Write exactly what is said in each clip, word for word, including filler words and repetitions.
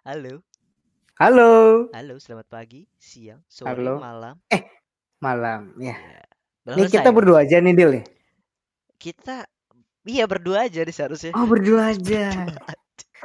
Halo. Halo. Halo, selamat pagi, siang, sore, Halo. malam. Eh, malam, ya. Iya. Belum Nih kita selesai dong. berdua aja nih, Dil, nih? Kita iya berdua aja nih seharusnya. Oh, berdua aja. Berdua aja.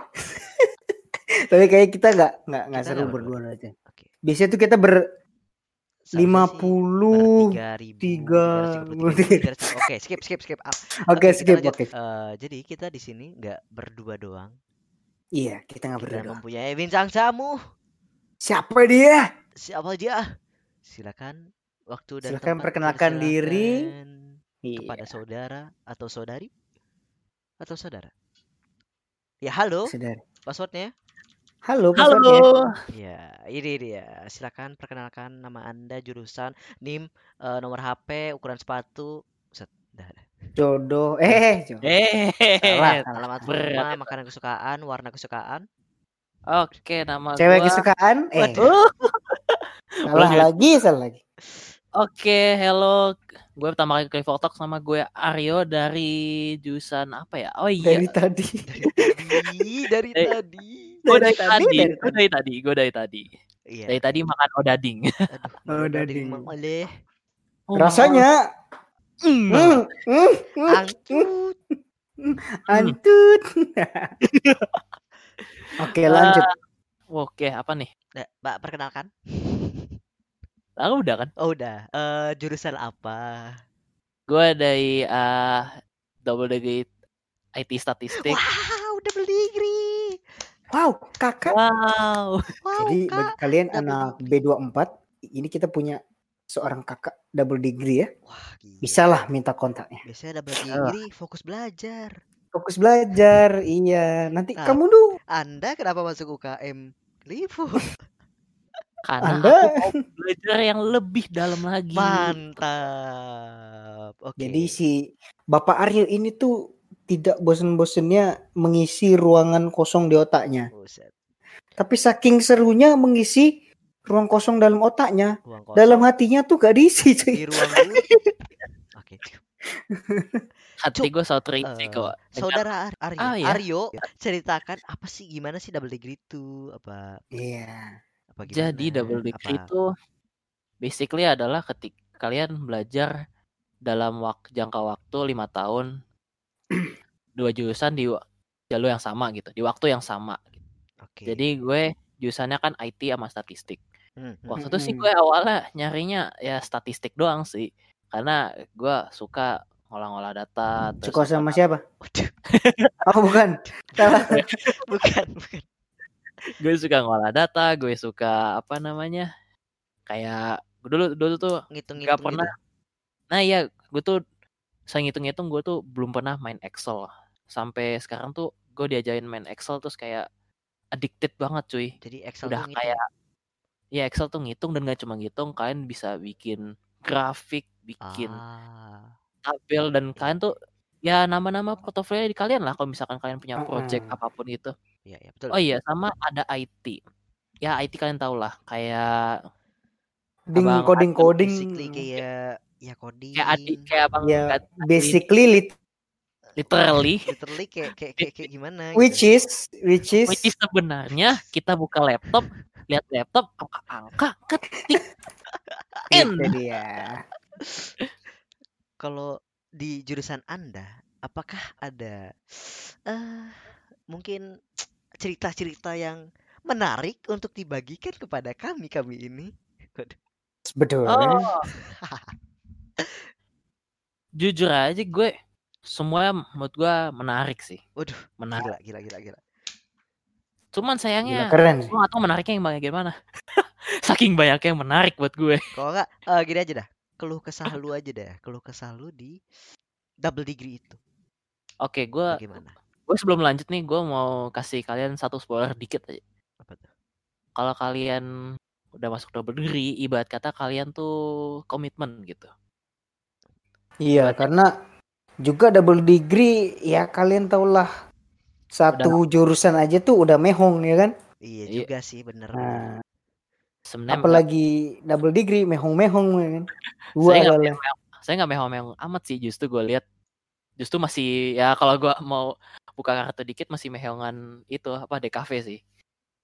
Tapi kayaknya kita nggak nggak nggak Kita seru nggak berdua. berdua aja. Oke. Biasanya tuh kita ber Seharusnya lima sih puluh bertiga ribu tiga tiga ratus tiga puluh tiga ribu tiga ratus. Oke, skip skip skip. Ah, Oke, Oke, kita skip. lanjut. Oke. Eh, jadi kita di sini nggak berdua doang. Iya, kita nggak berdua Kita doang. mempunyai bintang tamu. Siapa dia? Siapa dia? Silakan waktu dan Silakan tempat perkenalkan diri. dipersilakan kepada Iya, saudara atau saudari atau saudara. Ya, halo. saudara. Passwordnya? Halo, passwordnya. Halo. Ya, ini dia. Silakan perkenalkan nama Anda, jurusan, NIM, eh, nomor H P, ukuran sepatu. Set, dah, dah. Jodoh. Eh, jodoh. Eh, Salah, salah. Alamat berat rumah, itu. makanan kesukaan, warna kesukaan. Oke, nama Cewek gua. kesukaan? Eh, Waduh. salah Ulang juga. lagi, salah lagi. Oke, hello. Gue pertama kali ke Talk sama gue Aryo dari jurusan apa ya? Oh iya. Dari tadi. Dari tadi, dari Eh, tadi. Gue Dari dari tadi, tadi, dari gue tadi. dari tadi, gue dari tadi. Iya. Dari tadi makan odading. Aduh, Oh, mau udah dading ding. mang oleh. Oh, Rasanya Mm, mm, banget. mm, mm, mm, Angcut. mm, antut. Oke, lanjut. Uh, Oke, apa nih? Nah, Mbak, perkenalkan. Lalu udah kan? Oh, udah. Eh, jurusan apa? Gue dari uh, double degree I T statistik. Wow, double degree. Wow, kakak. Wow. Wow, Jadi Kak. bagi kalian Double anak B degree. dua puluh empat, ini kita punya seorang kakak double degree ya. Wah, gila. Bisalah minta kontaknya. Biasanya double degree fokus belajar. Fokus belajar, iya. Nanti Nah, kamu dulu. Anda kenapa masuk U K M Liverpool? Karena Anda. aku mau belajar yang lebih dalam lagi. Mantap. Oke. Jadi si Bapak Aryo ini tuh tidak bosen-bosennya mengisi ruangan kosong di otaknya. Buset. Tapi saking serunya mengisi ruang kosong dalam otaknya, Ruang kosong dalam hatinya tuh gak diisi, cuy. di ruang guru. Oke. Hati Cuk, gue selalu terisi eh, kok. Saudara Ar- Aryo, Ah, ya. Aryo, ceritakan apa sih, gimana sih double degree itu? Apa Iya. apa gimana? Jadi double degree Apa? itu basically adalah ketika kalian belajar dalam wak- jangka waktu lima tahun dua jurusan di wa- jalur yang sama gitu, di waktu yang sama. Gitu. Oke. Jadi gue jurusannya kan I T sama statistik. Hmm, hmm. Waktu itu sih Mm-mm. gue awalnya nyarinya ya statistik doang sih, karena gue suka ngolah-ngolah data. Terus Suka apa sama namanya, siapa? Waduh, Oh, bukan. Salah. bukan, bukan. gue suka ngolah data, gue suka apa namanya, kayak gue dulu dulu tuh nggak Ngitung-ngitung pernah. gitu. Nah iya, gue tuh saya ngitung-ngitung gue tuh belum pernah main Excel. Sampai sekarang tuh gue diajarin main Excel terus kayak addicted banget cuy. Jadi Excel Udah tuh ngitung. kayak ya Excel tuh ngitung, dan gak cuma ngitung, kalian bisa bikin grafik, bikin Ah, tabel, dan iya, kalian tuh ya nama-nama portofolio di kalian lah kalau misalkan kalian punya project Uh-uh. apapun itu. iya, iya, betul. Oh iya, sama ada I T. Ya I T kalian tau lah, kayak Ding abang coding Adnan, coding. Basically kayak ya coding. kayak adik, kayak abang Ya, Adnan, basically lit- literally. Literally kayak kayak kayak, kayak gimana which gitu. is which is Which is sebenarnya kita buka laptop, lihat laptop, angka-angka, ketik, itu end. dia. Kalau di jurusan Anda, apakah ada eh mungkin cerita-cerita yang menarik untuk dibagikan kepada kami kami ini? Waduh. Sebetulnya. Oh, jujur aja gue semuanya menurut gue menarik sih. Waduh, Menarik. gila, gila, gila, gila. Cuman Gila sayangnya keren sih. gue gak tau menariknya yang bagaimana. Saking banyaknya yang menarik buat gue. Kalau enggak eh, gini aja dah. Keluh kesah lu aja dah. Keluh kesah lu di double degree itu. Oke, gue Bagaimana? gue sebelum lanjut nih, gue mau kasih kalian satu spoiler dikit aja. Apa tuh? Kalau kalian udah masuk double degree, ibarat kata kalian tuh komitmen gitu. Iya, Ibarat karena juga double degree ya kalian tahulah satu jurusan aja tuh udah mehong ya kan? Iya Iya. juga sih, bener. Nah, sebenarnya enggak, apalagi double degree mehong-mehong ya kan? Dua saya nggak adalah. mehong, saya nggak mehong-mehong amat sih, justru gue lihat justru masih ya kalau gue mau buka kartu dikit masih mehongan itu apa D K V sih.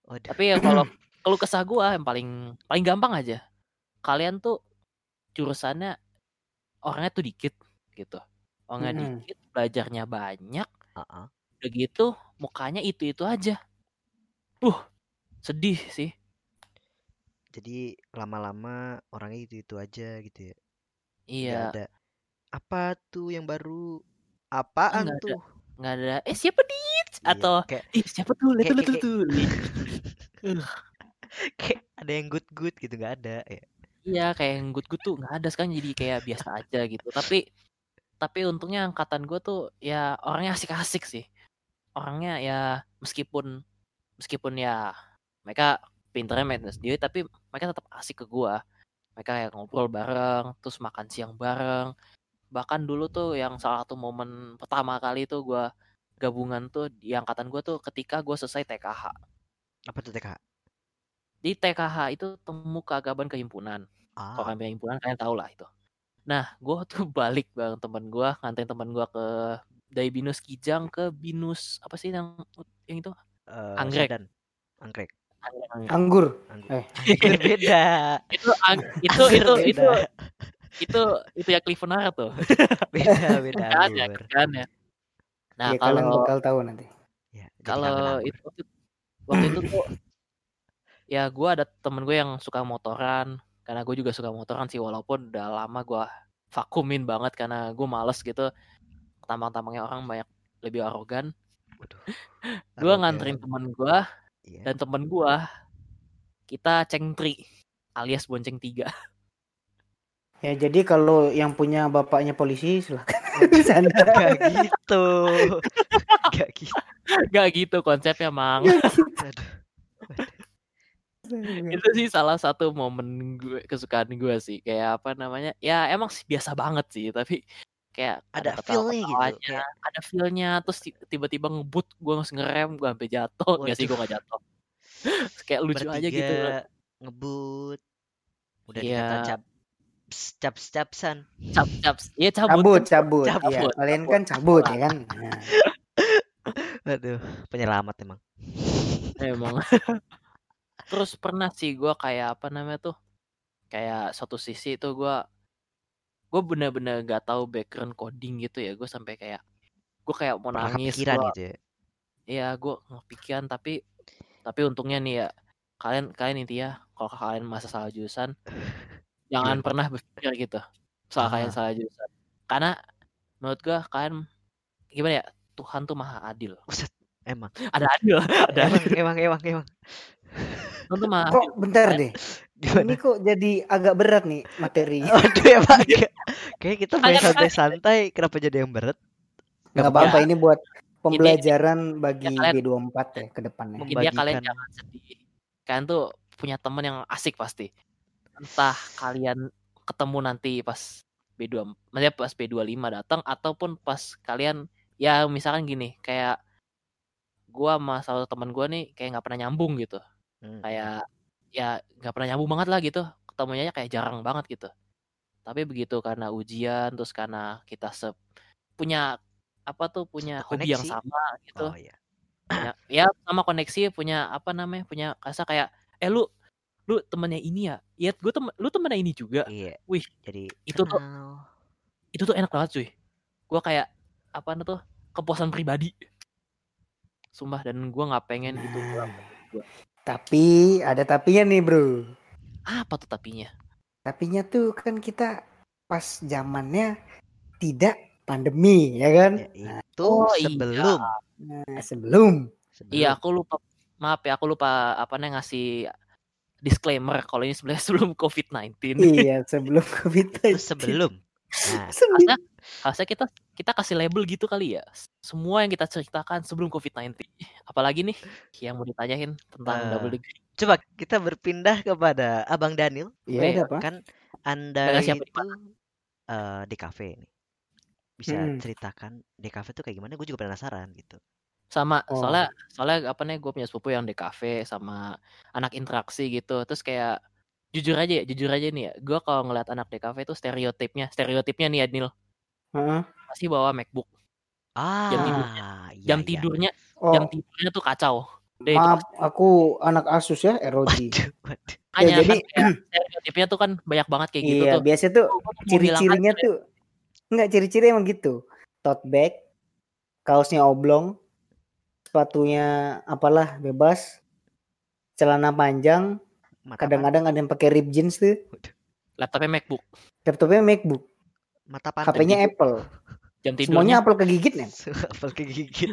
Waduh. Tapi ya kalau keluh kesah gua yang paling paling gampang aja. Kalian tuh jurusannya orangnya tuh dikit gitu. Orangnya Mm-mm. dikit, belajarnya banyak, Heeh. udah gitu mukanya itu-itu aja. Uh, sedih sih. Jadi lama-lama orangnya itu-itu aja gitu ya. Nggak Iya, ada apa tuh yang baru? ah, Apaan nggak ada tuh? nggak ada eh siapa dit Iya, atau kayak ih siapa tuh lihat kayak tuh kayak tuh kayak, tuh Lit. Uh, kayak ada yang good good gitu nggak ada ya. iya kayak yang good-good tuh nggak ada sekarang jadi kayak biasa aja gitu. Tapi tapi untungnya angkatan gue tuh ya orangnya asik-asik sih. Orangnya ya meskipun meskipun ya mereka pinternya main sendiri tapi mereka tetap asik ke gua. Mereka kayak ngobrol bareng, terus makan siang bareng. Bahkan dulu tuh yang salah satu momen pertama kali tuh gua gabungan tuh di angkatan gua tuh ketika gua selesai T K H. Apa tuh T K H? Di T K H itu temu keagaban kehimpunan. Kalau Ah, kalian himpunan kalian tau lah itu. Nah, gua tuh balik bareng temen gua, nganterin temen gua ke dari Binus Kijang ke Binus apa sih yang yang itu? eh Anggrek. Sadan, anggrek, Anggrek, anggrek. Anggur. anggur, Eh, anggur beda, itu ang- itu anggur itu itu beda, itu itu ya Cliftonara tuh beda, beda kerjaannya anggur. kerjaannya. Nah ya kalau kalian bakal tahu nanti. Ya, jadi kangen kalau anggur. itu waktu, waktu itu tuh ya gue ada temen gue yang suka motoran karena gue juga suka motoran sih walaupun udah lama gue vakumin banget karena gue males gitu tampang-tampangnya orang banyak lebih arogan. Waduh, Gue nganterin arogan. temen gue Iya. dan temen gue kita cengtri alias bonceng tiga. Ya jadi kalau yang punya bapaknya polisi silakan Waduh, sana. gak gitu. Gak gitu. Gak gitu konsepnya mang. Gak gitu. Aduh, Itu sih salah satu momen gue kesukaan gue sih kayak apa namanya ya emang sih biasa banget sih tapi kayak ada ada feel-nya gitu. ketawa-ketawanya Kayak, ada feelnya terus ti- tiba-tiba ngebut gue langsung ngerem gue sampai jatuh nggak sih waduh, gue nggak jatuh kayak lucu aja gitu bertiga ngebut. Udah dikata ya cap, cap, capsan. cap cap ya cabut Cabut, kan cabut. Cabut. Ya, cabut kalian cabut kan cabut lah ya kan. Nah, Aduh, penyelamat emang. emang. Terus pernah sih gue kayak apa namanya tuh kayak satu sisi tuh gue gue bener-bener gak tahu background coding gitu ya gue sampai kayak gue kayak mau Pernah nangis kepikiran gue gitu ya. ya gue ngepikiran tapi tapi untungnya nih ya kalian kalian intinya kalau kalian masa salah jurusan jangan Gimana? pernah berpikir gitu soal kalian Ah, salah jurusan karena menurut gue kalian gimana ya Tuhan tuh maha adil buset. Emang, ada adil ada emang, adil emang, emang, emang. Tuhan tuh maha kok adil bentar kalian deh. Ini Gimana? kok jadi agak berat nih materinya. Waduh ya Pak. Kayak kita main agak berat santai-santai. Kenapa jadi yang berat? Gak Nggak apa-apa apa-apa lah. ya ini buat ini pembelajaran ya bagi kalian B dua puluh empat ya ke depannya. intinya kalian Membagikan. jangan sedih kalian tuh punya temen yang asik pasti entah kalian ketemu nanti pas B dua maksudnya pas B dua puluh lima datang ataupun pas kalian ya misalkan gini kayak gua sama salah satu teman gua nih kayak nggak pernah nyambung gitu Hmm. kayak ya nggak pernah nyambung banget lah gitu ketemunya kayak jarang banget gitu tapi begitu karena ujian terus karena kita se punya apa tuh punya Satu hobi yang koneksi. sama gitu Oh iya. punya ya sama koneksi punya apa namanya punya rasa kayak eh lu lu temennya ini ya iya gue tem lu temennya ini juga Iya. wih Jadi itu tuh kenal. itu tuh enak banget cuy gue kayak apa tuh kepuasan pribadi sumpah dan gue nggak pengen itu pulang Nah, gue tapi ada tapinya nih bro. apa tuh tapinya Tapinya tuh kan kita pas zamannya tidak pandemi ya kan. Yaitu oh iya sebelum. Nah, sebelum. iya Sebelum. aku lupa maaf ya aku lupa apa nih ngasih disclaimer kalau ini sebenarnya sebelum covid sembilan belas Iya sebelum covid Itu sembilan belas. sebelum. Nah, harusnya harusnya kita kita kasih label gitu kali ya semua yang kita ceritakan sebelum covid sembilan belas apalagi nih yang mau ditanyain tentang eh, double degree coba kita berpindah kepada Abang Daniel. Iya Weh, ada apa? Kan Anda dengan siapa di itu mana eh, di kafe nih. Bisa Mm-mm. ceritakan di kafe tuh kayak gimana? Gue juga penasaran gitu. sama Oh. soalnya soalnya apa nih gue punya sepupu yang di kafe sama anak interaksi gitu terus kayak jujur aja ya jujur aja nih ya gue kalau ngeliat anak di kafe tuh stereotipnya stereotipnya nih ya Nil Heeh. pasti bawa MacBook jam tidurnya Ah, iya jam iya. tidurnya Oh, jam tidurnya tuh kacau Deh itu Maaf, pasti. aku anak Asus ya, R O G. Waduh, waduh. Ya Makanya jadi kan kayak stereotipnya tuh kan banyak banget kayak gitu iya, tuh. biasa tuh Gua gua tuh mau menghilangkan ciri-cirinya stereo tuh enggak ciri-ciri emang gitu. Tote bag, kaosnya oblong, sepatunya apalah bebas, celana panjang, Mata kadang-kadang pandem. ada yang pakai rib jeans tuh, Waduh. laptopnya MacBook, laptopnya MacBook, Mata pandem. H P-nya Apple, jam semuanya tidurnya Apple kegigit nih. Apel kegigit.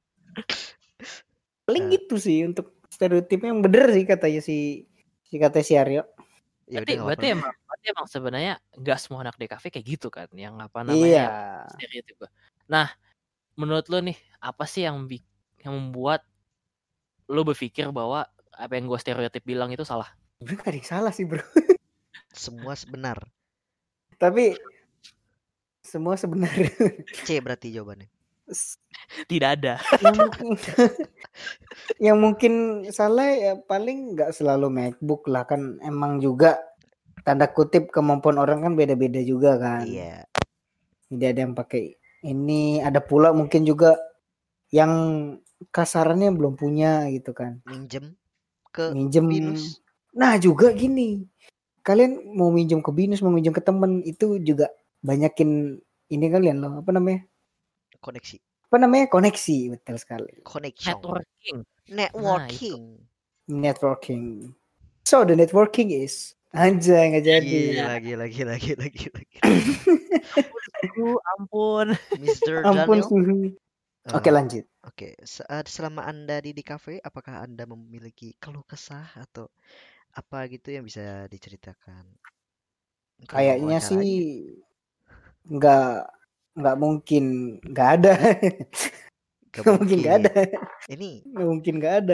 Paling Eh, gitu sih untuk stereotipnya yang bener sih katanya si si katanya si Aryo. ya udah berarti nggak berarti apa-apa. emang berarti emang sebenarnya nggak semua anak D K V kayak gitu kan, yang apa namanya Iya. yang stereotip gua. Nah, menurut lu nih apa sih yang bi- yang membuat lu berpikir bahwa apa yang gua stereotip bilang itu salah? Sebenarnya gak ada yang salah sih bro. Semua benar. Tapi semua sebenarnya C berarti jawabannya. Tidak ada. yang mungkin yang mungkin salah ya paling nggak selalu MacBook lah kan emang juga tanda kutip kemampuan orang kan beda-beda juga kan. Iya. Jadi ada yang pakai ini, ada pula mungkin juga yang kasarannya belum punya gitu kan. Minjem ke Minjem. Binus. Nah juga gini, kalian mau minjem ke Binus, mau minjem ke temen itu juga banyakin ini kalian loh apa namanya? Koneksi. Apa namanya koneksi betul sekali. Connection. Networking. Networking. Networking. So the networking is anjay nggak jadi. Gila, gila, gila, gila, gila, gila. Aduh, ampun. mister Ampun Daniel. suhu. Eh, Oke lanjut. Oke, saat selama Anda di di kafe, apakah Anda memiliki keluh kesah atau apa gitu yang bisa diceritakan? Mungkin mau Kayaknya sih wawancarai? nggak nggak mungkin nggak ada. Gak Nggak mungkin nggak ada. mungkin. Ini Nggak mungkin nggak ada.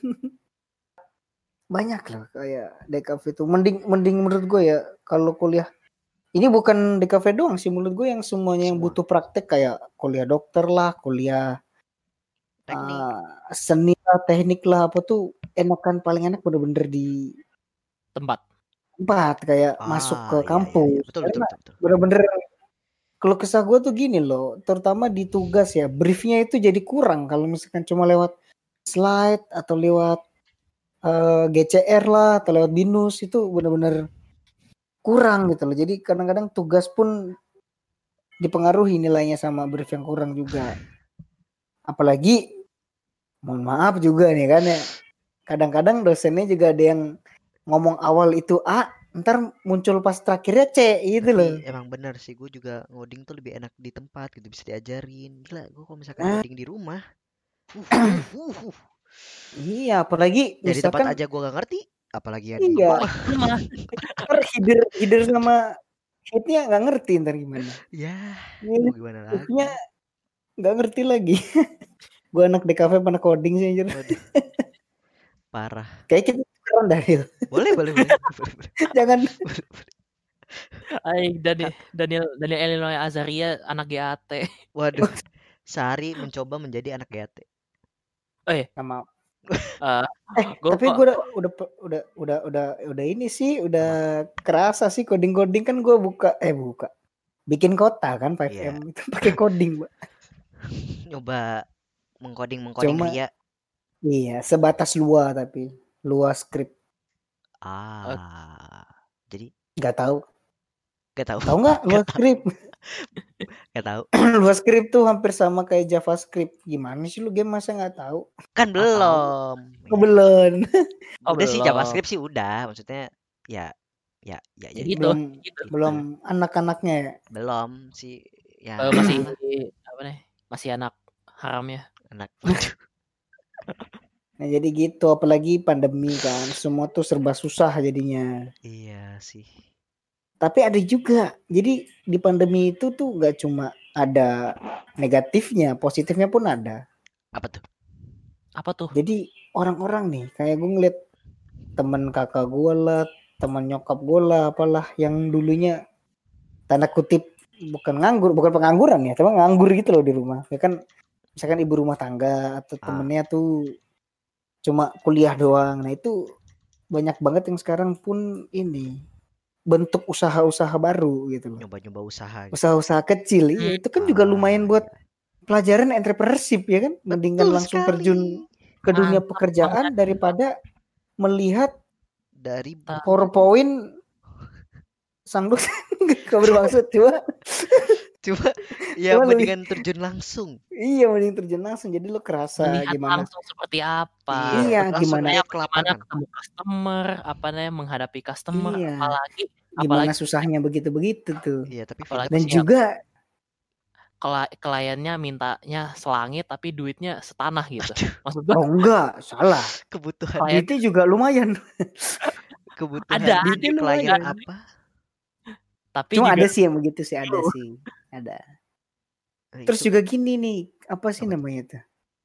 Banyak loh kayak D K V itu. Mending mending menurut gue ya kalau kuliah. Ini bukan D K V doang sih menurut gue yang semuanya yang semua butuh praktek kayak kuliah dokter lah, kuliah teknik. uh, seni lah, teknik lah apa tuh enakan paling enak bener-bener di Tempat. tempat kayak masuk ke Ah, iya, iya, iya. kampus. Betul, betul, Karena betul, betul. bener-bener kalau kesah gue tuh gini loh, terutama di tugas ya, briefnya itu jadi kurang kalau misalkan cuma lewat slide atau lewat uh, G C R lah atau lewat Binus itu bener-bener kurang gitu loh. Jadi kadang-kadang tugas pun dipengaruhi nilainya sama brief yang kurang juga. Apalagi mohon maaf juga nih kan ya. Kadang-kadang dosennya juga ada yang ngomong awal itu A, ntar muncul pas terakhirnya C gitu Tapi loh. emang bener sih, gue juga ngoding tuh lebih enak di tempat gitu, bisa diajarin. Gila, gue kalau misalkan Nah, ngoding di rumah, uh, uh, uh, uh. iya apalagi Ya di tempat misalkan aja gue gak ngerti, apalagi yang di iya rumah. Rumah. ntar hider hider sama sheetnya nggak ngerti ntar gimana. Ya, Ini mau gimana lagi? briefnya nggak ngerti lagi. Gue anak D K V pernah coding sih anjir. Waduh, parah. Kayak kita keren Daniel. Boleh, boleh, boleh. boleh, boleh. Jangan. Boleh, boleh. Ay, Daniel Daniel Daniel Illinois Azaria anak G A T. Waduh, Sari mencoba menjadi anak G A T. Oh iya, Sama. uh, Eh gua tapi kok gue udah udah udah udah udah udah ini sih udah kerasa sih coding coding kan gue buka eh buka bikin kota kan lima Iya, M itu pakai coding Mbak. nyoba mengcoding mengcoding Cuma Ria. iya sebatas Lua tapi Lua script Ah, jadi nggak tahu gak tahu, tahu nggak Lua gak tahu, script gak tahu. Lua script tuh hampir sama kayak JavaScript gimana sih lu game masa nggak tahu Kan nggak tahu. belum. oh, belum Oh, Udah sih belum. JavaScript sih udah, maksudnya ya ya ya Ya jadi gitu, belum gitu. belum anak-anaknya ya belum sih ya Eh, masih lah, apa nih? Masih anak haramnya. anak. nah jadi gitu apalagi pandemi kan semua tuh serba susah jadinya. Iya sih. Tapi ada juga. Jadi di pandemi itu tuh gak cuma ada negatifnya, positifnya pun ada. Apa tuh? Apa tuh? Jadi orang-orang nih, kayak gue ngeliat temen kakak gue lah, temen nyokap gue lah, apalah yang dulunya tanda kutip bukan nganggur, bukan pengangguran ya, cuma nganggur gitu loh di rumah. Ya kan, misalkan ibu rumah tangga atau Ah. temennya tuh cuma kuliah doang. Nah itu banyak banget yang sekarang pun ini bentuk usaha-usaha baru gitu loh. Nyoba-nyoba usaha gitu. Usaha-usaha kecil iya Hmm. itu kan juga lumayan Ah, buat iya. pelajaran entrepreneurship ya kan mendingan Betul langsung sekali. terjun ke dunia Mantap pekerjaan banget. daripada melihat Dari Ta- PowerPoint sang dosen. Gak bermaksud coba. coba ya Coba lu mendingan terjun langsung. iya mending terjun langsung jadi lu kerasa melihat gimana. langsung seperti apa. Iya, Iya, langsung gimana? lihat ke Gimana lapangan. ketemu customer, apa namanya menghadapi customer, Iya. apalagi Gimana apalagi susahnya begitu-begitu tuh. Iya, tapi Apalagi filmnya Dan siap. juga kela- kliennya mintanya selangit tapi duitnya setanah gitu. Maksud gua oh enggak, salah. kebutuhan klien Duitnya juga lumayan. kebutuhan ada Duitnya klien lumayan. apa? tapi Cuma juga ada sih yang begitu sih, ada Aduh. sih. Ada. Eh, Terus itu juga gini nih, apa sih apa tuh? namanya tuh?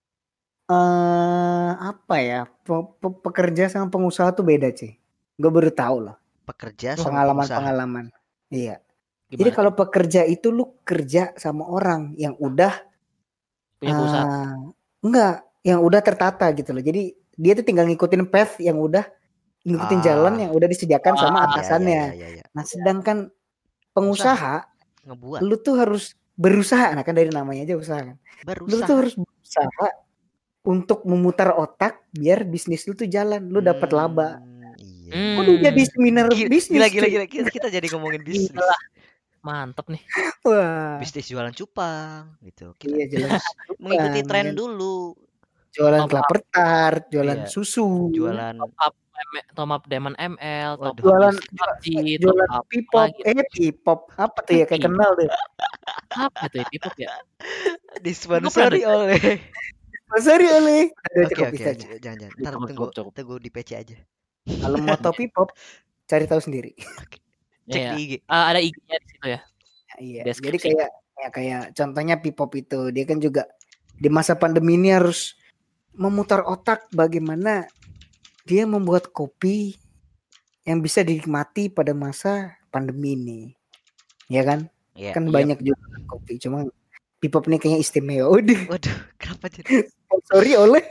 Eh apa ya? Pe- pe- pekerja sama pengusaha tuh beda, sih. Gue baru tahu loh. Pekerja sama pengusaha. Pengalaman-pengalaman. Iya. Jadi gimana kalau tuh? pekerja itu lu kerja sama orang yang udah Punya perusahaan. eh, enggak, yang udah tertata gitu loh. Jadi dia tuh tinggal ngikutin path yang udah ngikutin jalan Ah, yang udah disediakan sama Ah, iya, iya, atasannya. iya, iya, iya. Nah, sedangkan Usaha pengusaha ngebuat lu tuh harus berusaha, nah kan dari namanya aja usaha kan. Lu tuh berusaha. harus berusaha untuk memutar otak biar bisnis lu tuh jalan, lu dapat laba. Hmm, iya. Hmm. Udah jadi seminar Gila, bisnis. gila, gila, cuy. gila. Kita, kita jadi ngomongin bisnis. Gila. Mantep nih. Wah. Bisnis jualan cupang gitu. Kita Iya jelas. mengikuti Cupang, tren kan. dulu. Jualan Top up. kelapa tart, jualan Iya. susu. Jualan Top up M- top up Diamond M L, top Waduh. up Jualan Yusuf P U B G, top jualan up P-pop, lagi. eh P-pop apa tuh ya kayak Pi- kenal deh. Apa tuh ya P-pop ya? disponsori oleh. Sorry oleh. Udah Oke, cukup oke. bisa aja. j- Jangan, jangan. Cukup, Ntar cukup, tunggu, cukup. tunggu di P C aja. Kalau mau top P-pop cari tahu sendiri. Cek Iya. di I G. Ah, ada I G-nya di situ ya. Iya. Deskripsi. Jadi kayak ya kayak contohnya P-pop itu dia kan juga di masa pandemi ini harus memutar otak bagaimana dia membuat kopi yang bisa dinikmati pada masa pandemi ini. Ya kan? Iya. Kan Iya. banyak juga kopi, cuma P-pop ini kayaknya istimewa. Udah. Waduh, kenapa jadi? Sorry oleh.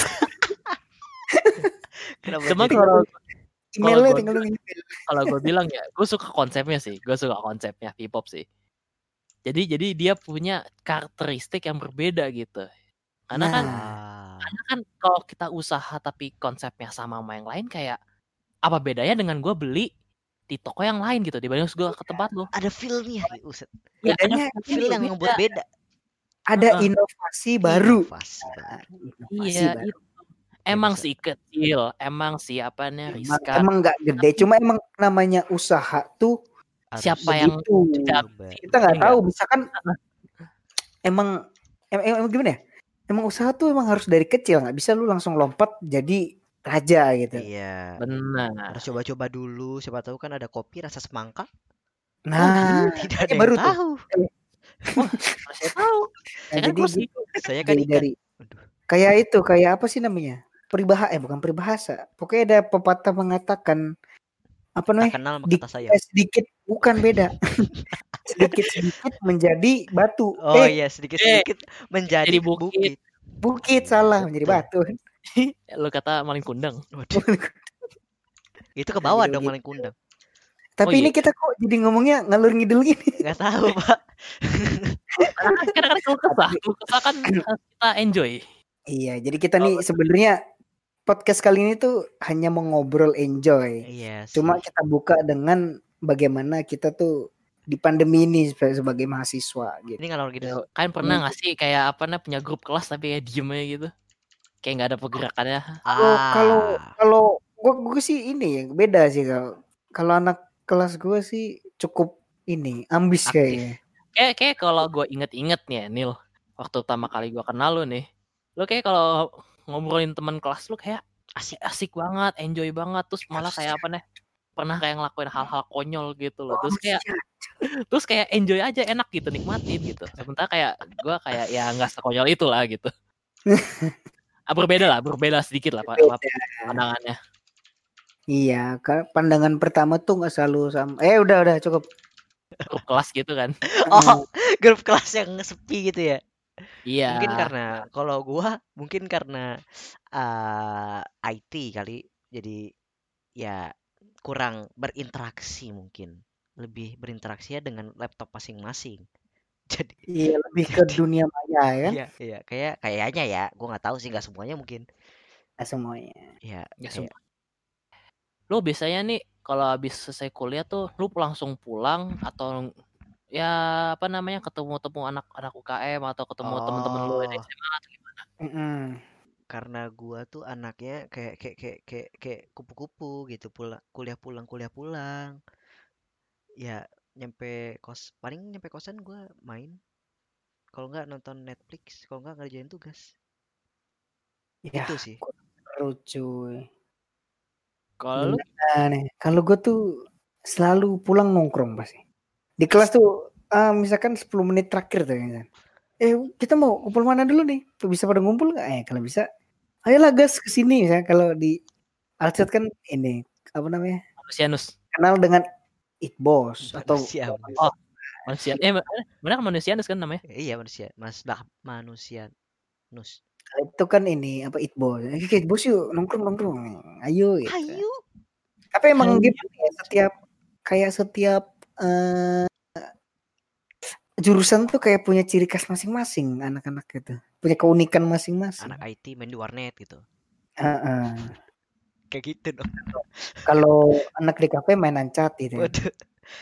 Kenapa Cuma jadi? kalau Emailnya gua tinggal lu bilang- email. kalau gue bilang ya, gue suka konsepnya sih. Gue suka konsepnya P-pop sih. Jadi jadi dia punya karakteristik yang berbeda gitu. Karena kan Nah, Ah, karena kan kalau kita usaha tapi konsepnya sama sama yang lain kayak apa bedanya dengan gue beli di toko yang lain gitu dibanding gue ke tempat lo. ada feel-nya. Uset. Ya, ada bedanya feel Feel yang beda. membuat beda. ada Heeh. inovasi baru. Inovasi baru. Inovasi Iya, baru. itu. Emang bisa. sih kecil, emang sih apanya Emang, riskan. emang nggak gede, cuma emang namanya usaha tuh Harus Siapa yang begitu. tidak coba. Kita nggak Iya tahu, misalkan emang em, em, gimana ya? Emang usaha tuh emang harus dari kecil, nggak bisa lu langsung lompat jadi raja gitu. Iya. benar. Harus coba-coba dulu. Siapa tahu kan ada kopi rasa semangka. Nah, Tidak kayaknya ada yang baru tuh. tahu. Wah, saya tahu. Nah, Saya kan jadi bos gitu. itu. Saya kan Dari, ikan. dari Aduh. kayak itu, kayak apa sih namanya? Peribahasa, eh bukan peribahasa. Pokoknya ada pepatah mengatakan apa Tak namanya? kenal maka Dik- tak sayang. eh, sedikit bukan beda. Sedikit-sedikit menjadi batu. Oh eh, iya, sedikit-sedikit menjadi Jadi bukit. bukit. bukit Iya, salah menjadi betul. batu. Lo kata maling kundang. Waduh, itu ke bawah Jadi dong begitu. maling kundang. Tapi Oh, ini iya. kita kok jadi ngomongnya ngalur ngidul gini. Nggak tahu, Pak. Karena kan kadang-kadang kalau kesah, kalau kesah kan kita enjoy. Iya, jadi kita nih sebenarnya podcast kali ini tuh hanya mau ngobrol enjoy. Iya sih. Cuma kita buka dengan bagaimana kita tuh di pandemi ini sebagai, sebagai mahasiswa gitu. Ini ngalor gitu. Ya, kan pernah nggak sih kayak apa namanya punya grup kelas tapi kayak diem aja gitu. Kayak nggak ada pergerakannya. Kalau kalau Ah, kalau gua gua sih ini ya beda sih kalau kalau anak kelas gua sih cukup ini ambis aktif. kayaknya. Kayak kayak kalau gue inget-inget nih ya, Nil, waktu pertama kali gue kenal lu nih, lu kayak kalau ngobrolin teman kelas lu kayak Asik. asik banget, enjoy banget, terus malah kayak apa nih, pernah kayak ngelakuin hal-hal konyol gitu loh, terus kayak terus kayak enjoy aja, enak gitu, nikmatin gitu. Sementara kayak gue kayak ya nggak sekonyol itu lah gitu. Ah, berbeda lah, berbeda sedikit lah pak, Beda. pandangannya. Iya, ka- pandangan pertama tuh nggak selalu sama. Eh udah udah cukup. Grup kelas gitu kan. Oh, grup kelas yang sepi gitu ya. Iya. Mungkin karena kalau gua mungkin karena uh, I T kali. Jadi ya kurang berinteraksi mungkin. Lebih berinteraksi ya dengan laptop masing-masing. Jadi Iya lebih ke dunia maya ya. iya iya kayak kayaknya ya, gua nggak tahu sih nggak semuanya mungkin. Nggak semuanya. Ya, Nggak kayak semua. Lu biasanya nih kalau habis selesai kuliah tuh lu langsung pulang atau ya apa namanya ketemu-temu anak-anak U K M atau ketemu teman-teman lu dari oh, S M A atau gimana? Mm-mm. karena gua tuh anaknya kayak kayak kayak kayak kayak kupu-kupu gitu, pulang kuliah pulang kuliah pulang. Ya, nyampe kos paling nyampe kosan gua main. Kalau nggak nonton Netflix, kalau nggak ngerjain tugas. Ya, Itu sih. seru cuy. Kalau lu Gimana nih? Kalau gue tuh selalu pulang nongkrong pasti. Di kelas tuh ah, misalkan sepuluh menit terakhir tuh ya. Eh kita mau kumpul mana dulu nih? Tuh bisa pada ngumpul nggak? Eh kalau bisa, ayolah gas ke sini misalnya. Kalau di Alcet kan ini apa namanya? manusianus. Kenal dengan It Boss atau Manusia, manusia. Oh, manusia. Eh, benar kan manusianus kan namanya? Eh, iya manusia, Mas bah manusia nus. itu kan ini apa It Boss. Eh, It Boss yuk nongkrong nongkrong. Ayo gitu. Hayu. Tapi emang Hai. gitu ya setiap kayak setiap eh, jurusan tuh kayak punya ciri khas masing-masing anak-anak gitu. Punya keunikan masing-masing. Anak I T main di warnet gitu. Heeh. Kayak gitu dong. Kalau anak di kafe mainan cat gitu. Waduh.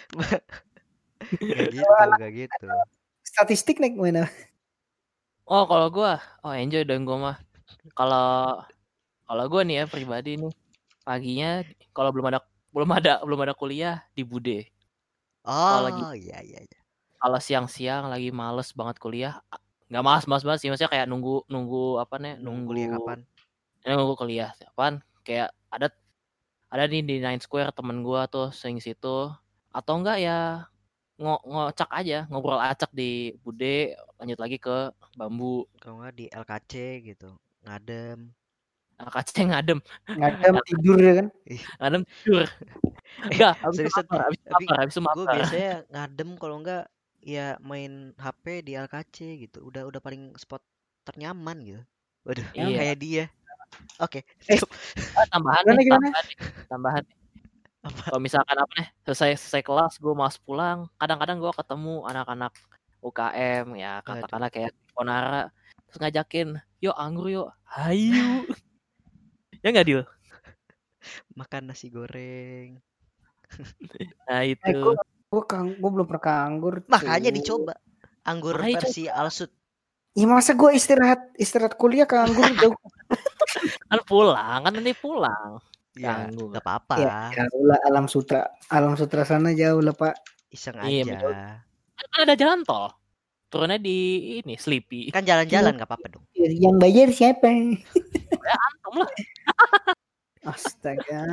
Gak Kalau gitu, anak gak gitu. statistik naik mana? Oh, kalau gua, oh enjoy dong gua mah. Kalau kalau gua nih ya pribadi nih, paginya kalau belum ada belum ada belum ada kuliah di Bude. Kalau lagi Oh, iya iya iya. kalau siang-siang lagi males banget kuliah, a- nggak malas malas banget sih, maksudnya kayak nunggu nunggu apa nih, Nunggu nunggu kuliah kapan? eh, nunggu kuliah. Apaan? Kayak ada ada nih di Nine Square temen gua tuh sering situ. Atau enggak ya ngo ngocak aja, ngobrol acak di Bude, lanjut lagi ke Bambu. Kalau nggak di L K C gitu. Ngadem. Nah, kacang ngadem. Ngadem tidur ya kan? Ih, Ngadem tidur. eh, Enggak, habis itu seriusan. mabar, habis itu Tapi mabar, habis itu gue mabar. biasanya ngadem kalau nggak ya main H P di L K C gitu. Udah udah paling spot ternyaman gitu. Waduh, Iya. kayak dia. Oke, Eh, cukup. Ah, tambahan gimana nih, gimana? tambahan nih, tambahan nih. Apa? Kalau misalkan apa nih, selesai selesai kelas gue malas pulang, kadang-kadang gue ketemu anak-anak U K M ya Waduh. katakanlah kayak Ponara, terus ngajakin, yuk anggur yuk, hayu. Ya nggak Dil? Makan nasi goreng. Nah Eh, itu. gue gue kang, gue belum pernah ke anggur. Makanya cuy. dicoba. Anggur Makanya versi Alsut. Ya masa gue istirahat istirahat kuliah ke anggur jauh. Kan pulang, kan nanti pulang. Ke Ya, anggur. nggak apa-apa. Ya jauh lah alam sutra alam sutra sana jauh lah pak. Iseng Iya, aja. betul. Kan ada jalan tol. Turunnya di ini Sleepy. Kan jalan-jalan nggak apa-apa dong. Yang bayar siapa? Ya antum lah. Astaga.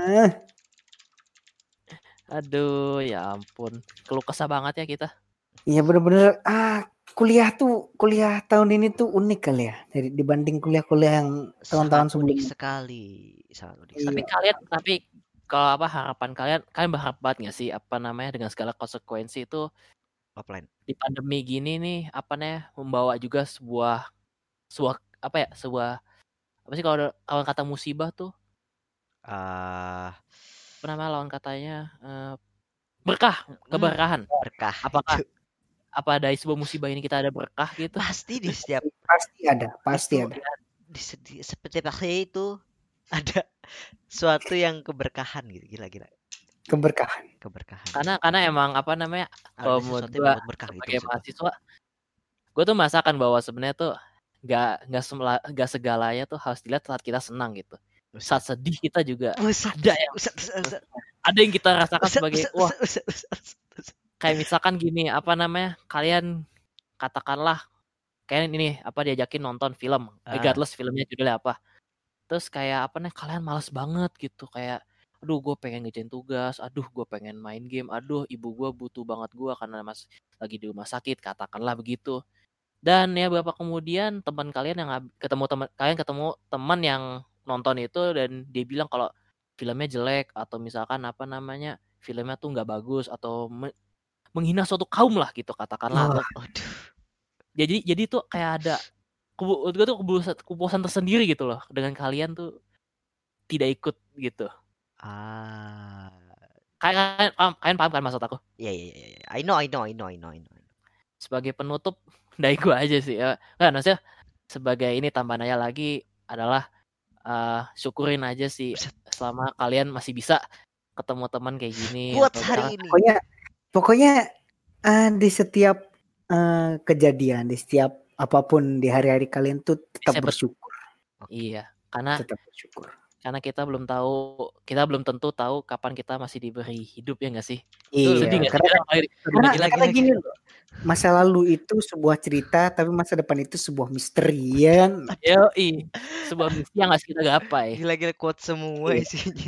Aduh, ya ampun. Keluh kesah banget ya kita. Iya bener-bener ah kuliah tuh kuliah tahun ini tuh unik kali ya dari dibanding kuliah-kuliah yang tahun-tahun Sangat unik sebelumnya. sekali. Sangat unik Iya. Tapi sekali. kalian, tapi kalau apa harapan kalian, kalian berharap banget nggak sih apa namanya dengan segala konsekuensi itu Offline. di pandemi gini nih apa namanya membawa juga sebuah sebuah apa ya sebuah apa sih kalau ada- lawan kata musibah tuh Ah, apa namanya lawan katanya eh, berkah hmm, keberkahan. berkah Apakah itu. apa dari sebuah musibah ini kita ada berkah gitu? Pasti di setiap Pasti ada, pasti itu ada. di seti- setiap hari itu ada suatu yang keberkahan gitu. Gila-gila. Keberkahan. Keberkahan. Karena karena emang apa namanya kalau Ada menurut sesuatu yang gua membuat berkah gitu sebagai maksud gua. mahasiswa, gue tuh merasakan bahwa sebenarnya tuh nggak nggak semela nggak segalanya tuh harus dilihat saat kita senang gitu. Buset. Saat sedih kita juga Buset. ada yang Buset, buset, buset. ada yang kita rasakan Buset, sebagai buset, wah buset, buset, buset, buset. kayak misalkan gini apa namanya kalian katakanlah kalian ini apa diajakin nonton film Ah, regardless filmnya judulnya apa terus kayak apa nih kalian malas banget gitu kayak aduh gue pengen ngerjain tugas aduh gue pengen main game aduh ibu gue butuh banget gue karena mas lagi di rumah sakit katakanlah begitu dan ya beberapa kemudian teman kalian yang hab- ketemu teman kalian ketemu teman yang nonton itu dan dia bilang kalau filmnya jelek atau misalkan apa namanya filmnya tuh nggak bagus atau me- menghina suatu kaum lah gitu katakanlah. Wah, aduh. Jadi jadi tuh kayak ada kubu gue tuh kepuasan, kepuasan tersendiri gitu loh dengan kalian tuh tidak ikut gitu. Ah. Kalian paham, kalian paham kan maksud aku? Ya, ya, ya, ya. I know, I know, I know, I know, I know. Sebagai penutup dari gue aja sih ya. Nggak, maksudnya sebagai ini tambahan aja lagi adalah uh, syukurin aja sih selama kalian masih bisa ketemu teman kayak gini. Quotes atau hari sekarang- ini. Pokoknya pokoknya uh, di setiap uh, kejadian, di setiap apapun di hari-hari kalian tuh tetap Bisa ber- bersyukur, Iya, karena tetap bersyukur. karena kita belum tahu, kita belum tentu tahu kapan kita masih diberi hidup ya nggak sih? Iya, Sedih nggak sih? karena Kita lagi- karena, Lagi, lagi, karena lagi. gini loh, masa lalu itu sebuah cerita, tapi masa depan itu sebuah misteri ya kan? Yoi, sebuah misi yang harus kita gapai. Gila-gila quote semua Iya. isinya.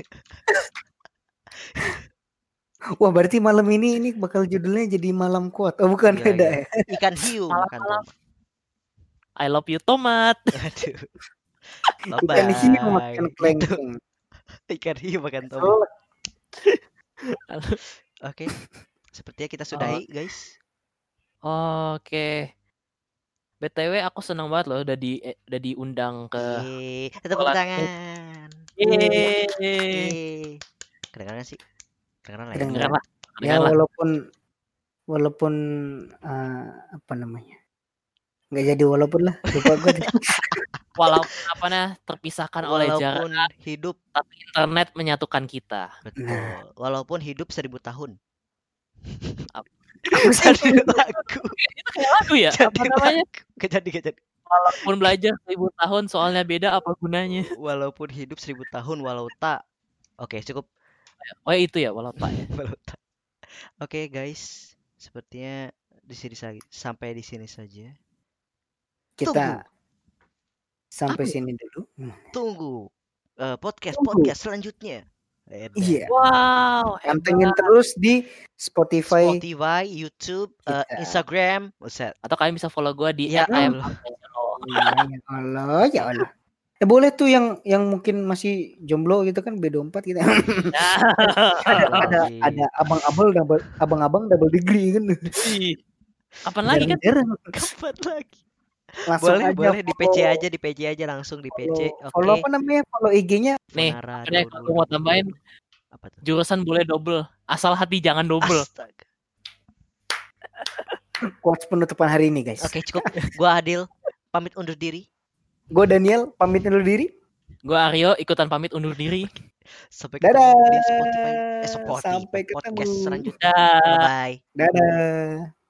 Wah, berarti malam ini ini bakal judulnya jadi malam quote. Oh, bukan, Gila, beda gila. ya. Ikan hiu makan Malam-malam. tomat. I love you tomat. Aduh. Ikan Bye-bye. hiu makan Itu. kelengkeng. Ikan hiu makan tomat. Oh, Oke. Sepertinya kita sudahi, guys. Oke. B T W aku senang banget loh udah di eh, udah diundang ke Yeay, tepuk Sholat. tangan. Yeay. Yeay. Kedengaran sih? Kedengaran lah ya. Kedengaran. Kedengeran lah. ya Kedengeran lah. walaupun walaupun uh, apa namanya? Nggak jadi walaupun lah, lupa gue. Walaupun apa nah terpisahkan oleh jarak, Walaupun hidup, tapi internet menyatukan kita. betul. Nah. Walaupun hidup seribu tahun. Apa Jadi lagu. Itu kayak lagu ya? Jadi Apa namanya? lagu. Gak jadi, gak jadi. Walaupun belajar seribu tahun soalnya beda apa gunanya? Walaupun hidup seribu tahun, walau tak. Oke, cukup. Oh ya itu ya walau tak ya. Walau tak. Oke, guys. Sepertinya di sini sa- sampai di sini saja. Kita Tunggu. sampai Apa? sini dulu. Hmm. Tunggu eh, podcast Tunggu. podcast selanjutnya. Edan. Iya. Wow, Pantengin hebat. terus di Spotify. Spotify, YouTube, eh, Kita. Instagram. Buset. Atau kalian bisa follow gue di Ya at I am Allah. Iya, ya Allah, ya Allah. Eh boleh tuh yang yang mungkin masih jomblo gitu kan B dua puluh empat gitu. Nah, ada ada Lagi. ada abang-abang double abang-abang double degree kan. Ih, kapan lagi kan? Jarang-jarang. Kapan lagi? Langsung Boleh, aja boleh di P C follow- aja, di P C aja langsung di P C. follow, follow Oke. apa namanya? Follow I G-nya. Nih, Monara udah dua aku mau tambahin apa tuh? jurusan boleh double, asal hati jangan double. Astaga. Quotes penutupan hari ini, guys. Oke, cukup. Gua Adil pamit undur diri. Gue Daniel pamit undur diri. Gue Aryo ikutan pamit undur diri. Sampai Dadah. ketemu di Spotify, eh, Spotify Sampai podcast ketemu. selanjutnya. Dah. Bye bye. Dadah.